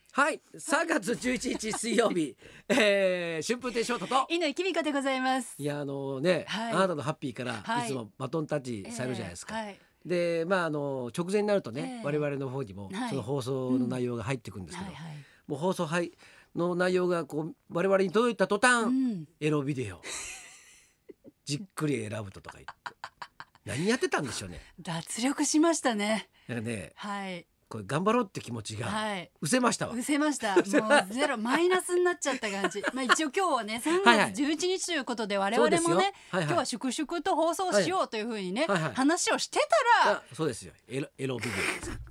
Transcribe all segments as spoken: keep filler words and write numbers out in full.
はい、さんがつじゅういちにち水曜日、えー、春風亭昇太と犬きみかでございます。 いやあのね、 はいあなたのハッピーからはいいつもバトンタッチされるじゃないですか、 えーはいでまああの直前になるとね、 えー我々の方にもはいその放送の内容が入ってくるんですけど、 はいはいもう放送はいの内容がこう我々に届いた途端、 うんエロビデオじっくり選ぶととか言って何やってたんでしょうね。 脱力しましたね。 なんかねはいこれ頑張ろうって気持ちがはい失せましたわ。 失せました。もうゼロマイナスになっちゃった感じ。まあ一応今日はね3 はいはい月じゅういちにちということで我そうですよ 々もねはいはい今日は粛々と放送しようというふうにねはいはい話をしてたらあそうですよエロ、エロビデオです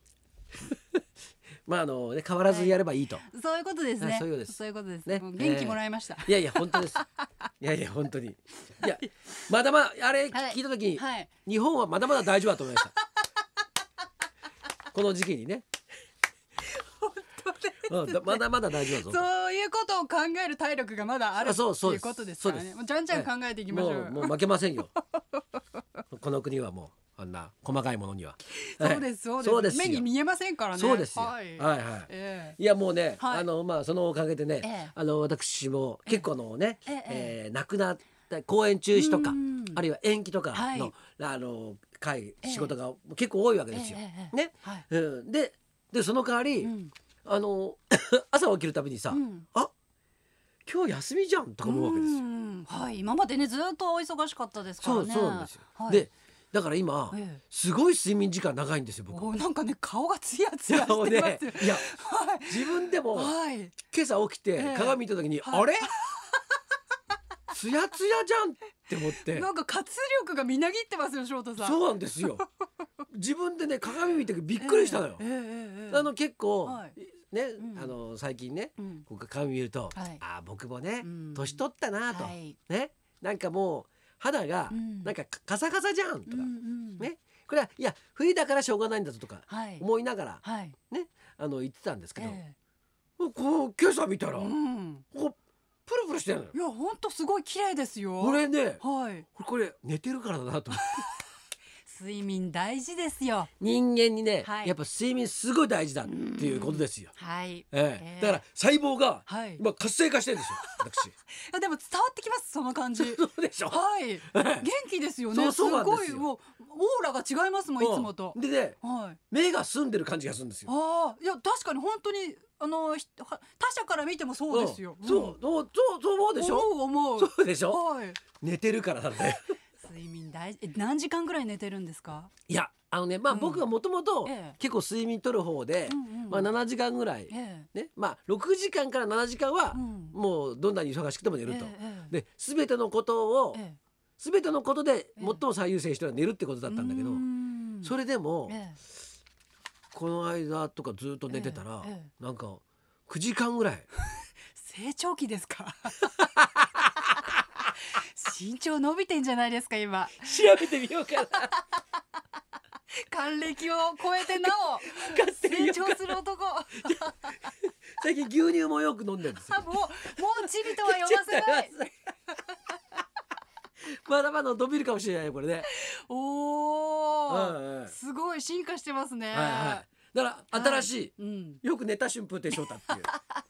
まああのね変わらずやればいいと、 そういうことですね。 はいそういうことですそういうことですねもう元気もらいました。 いやいや本当ですいやいや本当にいやまだまだあれはい聞いた時に、 はい日本はまだまだ大丈夫だと思いましたこの時期にねうんだまだまだ大丈夫だぞとそういうことを考える体力がまだあるあそうそうですっていうことですからね。もうじゃんじゃん考えていきましょうよ。 もうもう負けませんよこの国はもうあんな細かいものにはそうですそうです。 そうですよ目に見えませんからね。 そうですよははいいはい、 ええいやもうね、 はいあのまあそのおかげでね、 ええあの私も結構のね、 えええー亡くなった公演中止とかうんあるいは延期とかの、 はいあの会ええ仕事が結構多いわけですよ。 ええええね、 はいうん、ででその代わり、 うんあの朝起きるたびにさ、 うんあ今日休みじゃんとか思うわけですよ。 うんはい今までねずっとお忙しかったですからね。 そうそうなんですよ。 はいでだから今、 ええすごい睡眠時間長いんですよ僕。 おなんかね顔がツヤツヤいやもうしてますよ。 ねいやはい自分でもはい今朝起きてええ鏡見た時に、 はいあれツヤツヤじゃんって思ってなんか活力がみなぎってますよ翔太さん。 そうなんですよ自分でね鏡見てびっくりしたのよ、 ええええええあの結構、 はいね、 うんあの最近ね、 うんこう鏡見ると、 はいあ僕もね、 うん年取ったなと、 はいねなんかもう肌がうんなんかカサカサじゃんとか、 うんうんねこれはいや冬だからしょうがないんだぞとかはい思いながらはいねあの言ってたんですけど、 えこう今朝見たら、 えうんこうプルプルしてるのよいや本当すごい綺麗ですよ。 これねはいこれ寝てるからだなと思って睡眠大事ですよ。 人間にね、 はいやっぱ睡眠すごい大事だっていうことですよ。 はい。 ええええだから細胞がはい。 今活性化してるんですよ私あでも伝わってきますその感じ。 そうでしょ、 はい。元気ですよね。 そうそうなんですよすごいもうオーラが違いますもんいつもとうん。でねはい。 目が澄んでる感じがするんですよ。 ああいや確かに本当にあのひは他者から見てもそうですよ。 うんそうそうそうそう思うでしょ思う思う。 そうでしょはい。 寝てるからなんだよ睡眠大事。え何時間ぐらい寝てるんですか。 いやあのねまあうん僕はもともとええ結構睡眠取る方で、 うんうんまあななじかんぐらいえねまあろくじかんからななじかんはえ。うん。 もうどんなに忙しくても寝ると。 ええで全てのことをええ全てのことでええ最も最優先しては寝るってことだったんだけど、 うんそれでもえこの間とかずっと寝てたら、 えええなんかくじかんぐらい成長期ですか身長伸びてんじゃないですか今調べてみようかな還暦を超えてなお買ってみよ成うか長する男最近牛乳もよく飲んでるんですよあもうもうチビとは呼ばせないまだまだ伸びるかもしれないよこれね、 おはいはいーすごい進化してますねはいはいだから新しい、 うんよく寝た春風亭昇太っていう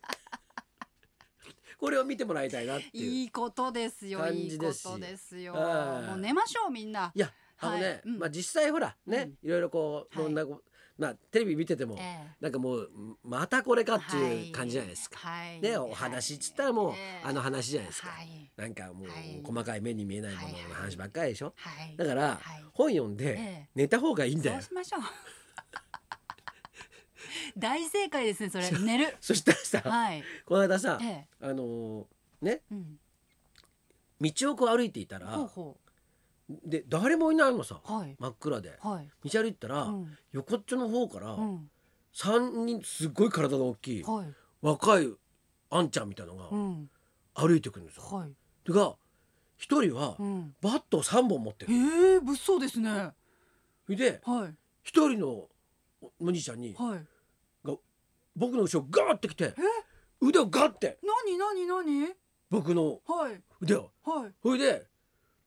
これを見てもらいたいなっていういいことですよ感いいこじですとですよはいもう寝ましょうみんないやあのね、 はいうんまあ実際ほらね、いろいろこうはいいろんなこう、まあテレビ見てても、 ええなんかもうまたこれかっていう感じじゃないですか、 はいねお話っつったらもう、 ええあの話じゃないですか、 はいなんかもう、 はい細かい目に見えないものの話ばっかりでしょ、 はいだから、 はい本読んで、 ええ寝た方がいいんだよそうしましょう大正解ですねそれ寝るそしたらさ、 はいこの間さ、 ええあのーねうん道をこう歩いていたらほうほで誰もいないのさ、 うはい真っ暗ではい道歩いてたら、 うん横っちょの方から、 うんさんにんすっごい体の大きい、 はい若いあんちゃんみたいなのがうん歩いてくるんですよ。 はいでが一人はうんバットをさんぼん持ってる。 ええ物騒ですねそれではい一人のお兄ちゃんにはい僕の後ろガーってきて腕をガッてなになになに僕のはい腕をはいそれで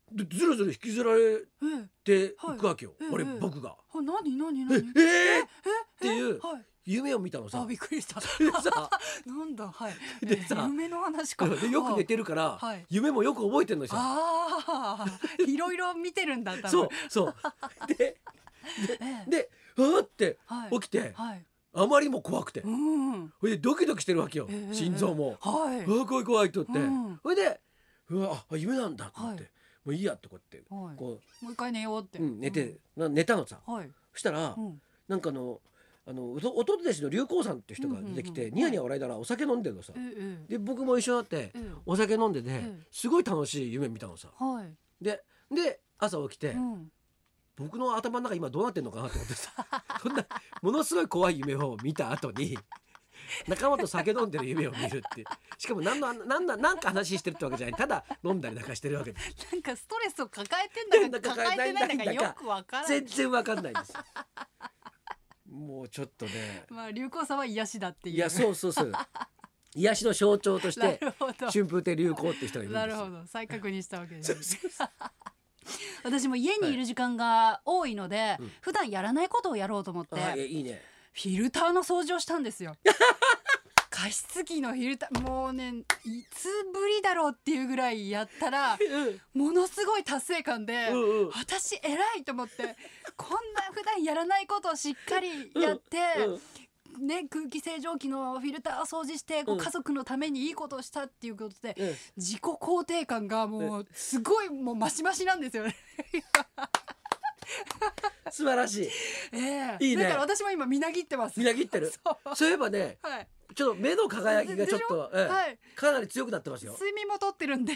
でずるずる引きずられええていくわけよ、 はい俺ええ僕が。 あ、なになにえなに。 えー、 えっていうはい。 夢を見たのさあ、びっくりした。 でさなんだ、はい。 でさえ夢の話か。 でよく寝てるから、 はい夢もよく覚えてんのさ。 ああ、いろいろ見てるんだ、多分。 そうそうでええでうわってはい起きて、 はい。 あまりにも怖くて、 うん。 ほいでドキドキしてるわけよ、 ええ心臓も。 はい。 うわ怖い怖いとって、 うんほいでうわあ夢なんだと思って、 はいもういいやってこうやって、 はいこもう一回寝ようって。 う、うん、寝て、な寝たのさ。 うん。はい。 そしたら、 うん。 なんかあのあのおと弟弟子の龍光さんって人が出てきて、 うんうんうんニヤニヤ笑いながらお酒飲んでるのさ。 ええで僕も一緒になってええお酒飲んでて、 ええすごい楽しい夢見たのさ。 はい。 でで朝起きて、 うん。 僕の頭の中今どうなってんのかなと思ってさそんなものすごい怖い夢を見た後に仲間と酒飲んでる夢を見るってしかも何の何の何か話してるってわけじゃない、ただ飲んだりなんかしてるわけでなんかストレスを抱えてんだか抱えてないんだかよくわからない。 全然わかんないですもうちょっとね、 まあ流行さんは癒しだっていう。 いやそうそうそう癒しの象徴としなてるほど。 春風亭流行って人がいるんですよ。 なるほど。再確認したわけですね。 そうそうそう私も家にいる時間が多いので、 うん普段やらないことをやろうと思って、 あいやいいね。 フィルターの掃除をしたんですよ。加湿器のフィルター、もうね、いつぶりだろうっていうぐらいやったらものすごい達成感で、 うんうん私偉いと思って、こんな普段やらないことをしっかりやって、 うんね、空気清浄機のフィルターを掃除してこううん家族のためにいいことをしたっていうことで、 うん自己肯定感がもうすごいもうマシマシなんですよね。 素晴らしい。 ええいいねだから私も今みなぎってます。 みなぎってる。 そうそういえばね、 はいちょっと目の輝きがちょっと、ええはいかなり強くなってますよ。 睡眠もとってるんで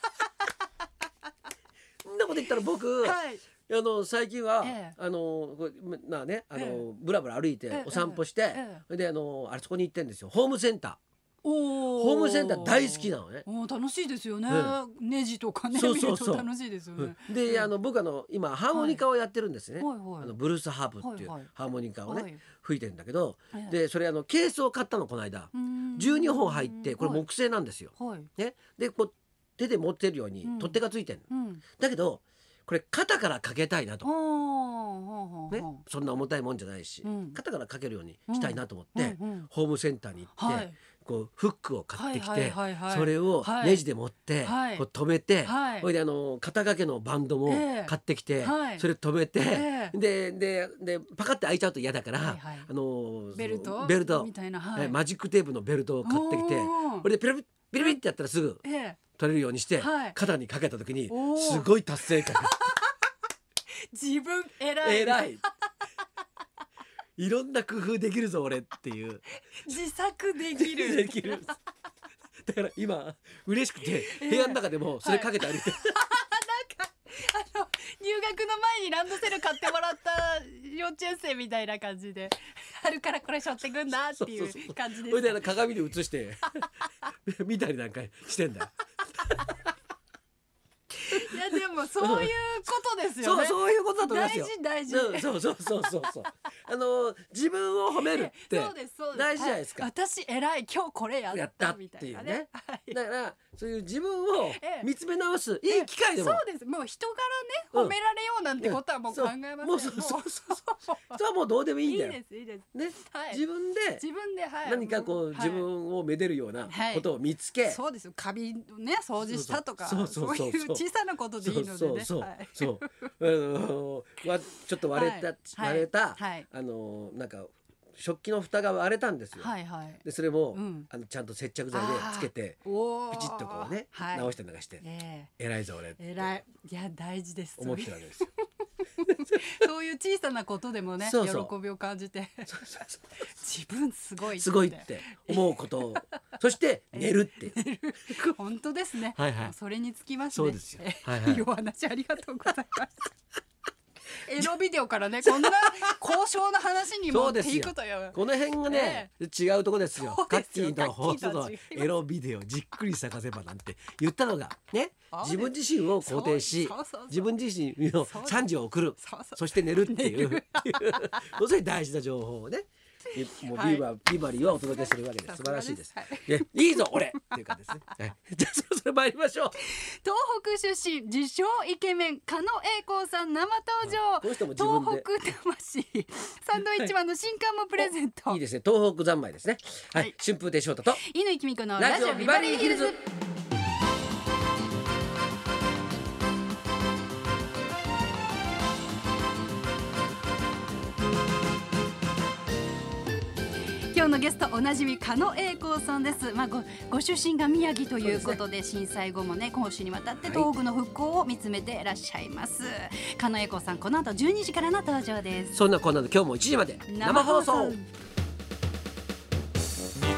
そんなこと言ったら僕、 はいあの最近は、 ええあのこれなあねあの、 えブラブラ歩いて、 ええお散歩して、 えそれであのあそこに行ってんですよ、ホームセンター。 おホームセンター大好きなのね。 おー楽しいですよね、 うネジとかねそうそうそう見ると楽しいですよね、 うんで、 うんあの僕あの今ハーモニカをやってるんですね。 はいはいあのブルースハーブっていうはいはいハーモニカをね、 はい吹いてるんだけど、 ええでそれあのケースを買ったのこの間。 うーんじゅうにほん入ってこれ木製なんですよ。 はい、はいね、でこう手で持ってるようにうん取っ手がついてるの、 うん、 だけどこれ肩からかけたいなと、 あーはねーはーはー、 そんな重たいもんじゃないし、 うん肩からかけるようにしたいなと思って、 うんうんホームセンターに行って、 はいこうフックを買ってきて、 はいはいはいはいそれをはいネジで持って、 はいこう止めて、 はいそれであの肩掛けのバンドもええ買ってきて、 はいそれ止めて、 ええでででパカって開いちゃうと嫌だから、 はいはいあのベルトベルトみたいな、はい、 えマジックテープのベルトを買ってきて、 おーこれでピラピピリピリってやったらすぐええ取れるようにして、 はい肩にかけた時におーすごい達成感が自分偉い偉いいろんな工夫できるぞ俺っていう自作できるできるだから今嬉しくてええ部屋の中でもそれかけて歩いて、 あの入学の前にランドセル買ってもらった幼稚園生みたいな感じで春からこれ背負ってくんだっていそうそうそうう感じでそれであすの鏡で映して見たりなんかしてんだよ。 いやでもそういうことですよそうね。 そういうことだと思いますよ。 大事大事うんそうそうそうそうそう。あの自分を褒めるってそうですそうです大事じゃないですか。 はい私偉い今日これやっやったたみたいなっていうねね。はいだからそういう自分をええ見つめ直すいい機会でも。 そうです。もう人うん柄ね褒められようなんてことはもう考えません。 もうそうそうそうそうもそれはもうどうでもういいいいんだよ。 ですいいです。 ね、 はい自分で自分ではい何かこう、 はい自分をめでるようなはいことを見つけ、 そうですよ。カビね掃除したとかそうそうそうそういう小さなことでいいのでね。 そうそうそう、 はいそうあのわちょっと割れた、 はい割れた、 はいあのなんか食器の蓋が割れたんですよ。 はいはい。 でそれも、 うんあのちゃんと接着剤でつけておーピチッとこうね、 はい、 直して流して、 え偉いぞ俺ってえ偉い。いや大事です。 思ってるわけですよ。 そういう小さなことでもねそうそう喜びを感じてそうそうそ自分すごい。 うすごいって思うことをそして寝るっていう本当ですね。 はいはいもうそれにつきますね。 そうですよえはいはいいいお話ありがとうございました。エロビデオからねこんな高尚な話に持っていくという。 この辺がね、違うとこですよ。 そうカッキですよーの放送のカッキーとは違いますエロビデオじっくり探せばなんて言ったのがねそうです自分自身を肯定しそうそうそうそう自分自身のそうです賛辞を送るそうそうそして寝るっていう寝るっていうものすごい大事な情報をねもうビーバー、ビバリーはお届けするわけです。素晴らしいです。 はいえいいぞ俺っていう感じですね。はい、じゃあそろそろ参りましょう。 東北出身自称イケメン狩野英孝さん生登場。 この人も自分で東北魂サンドイッチマンの新刊もプレゼント。 いいですね。東北三昧ですね。はい、 はい春風亭昇太と乾きみ子のラジオビバリーヒルズ。 今日のゲストおなじみ狩野英孝さんです。まあ、ご, ご出身が宮城ということで、震災後もね攻守にわたって東北の復興を見つめていらっしゃいます。狩野英孝さん、この後じゅうにじからの登場です。 そんなこんなの今日もいちじまで生放送。 生放送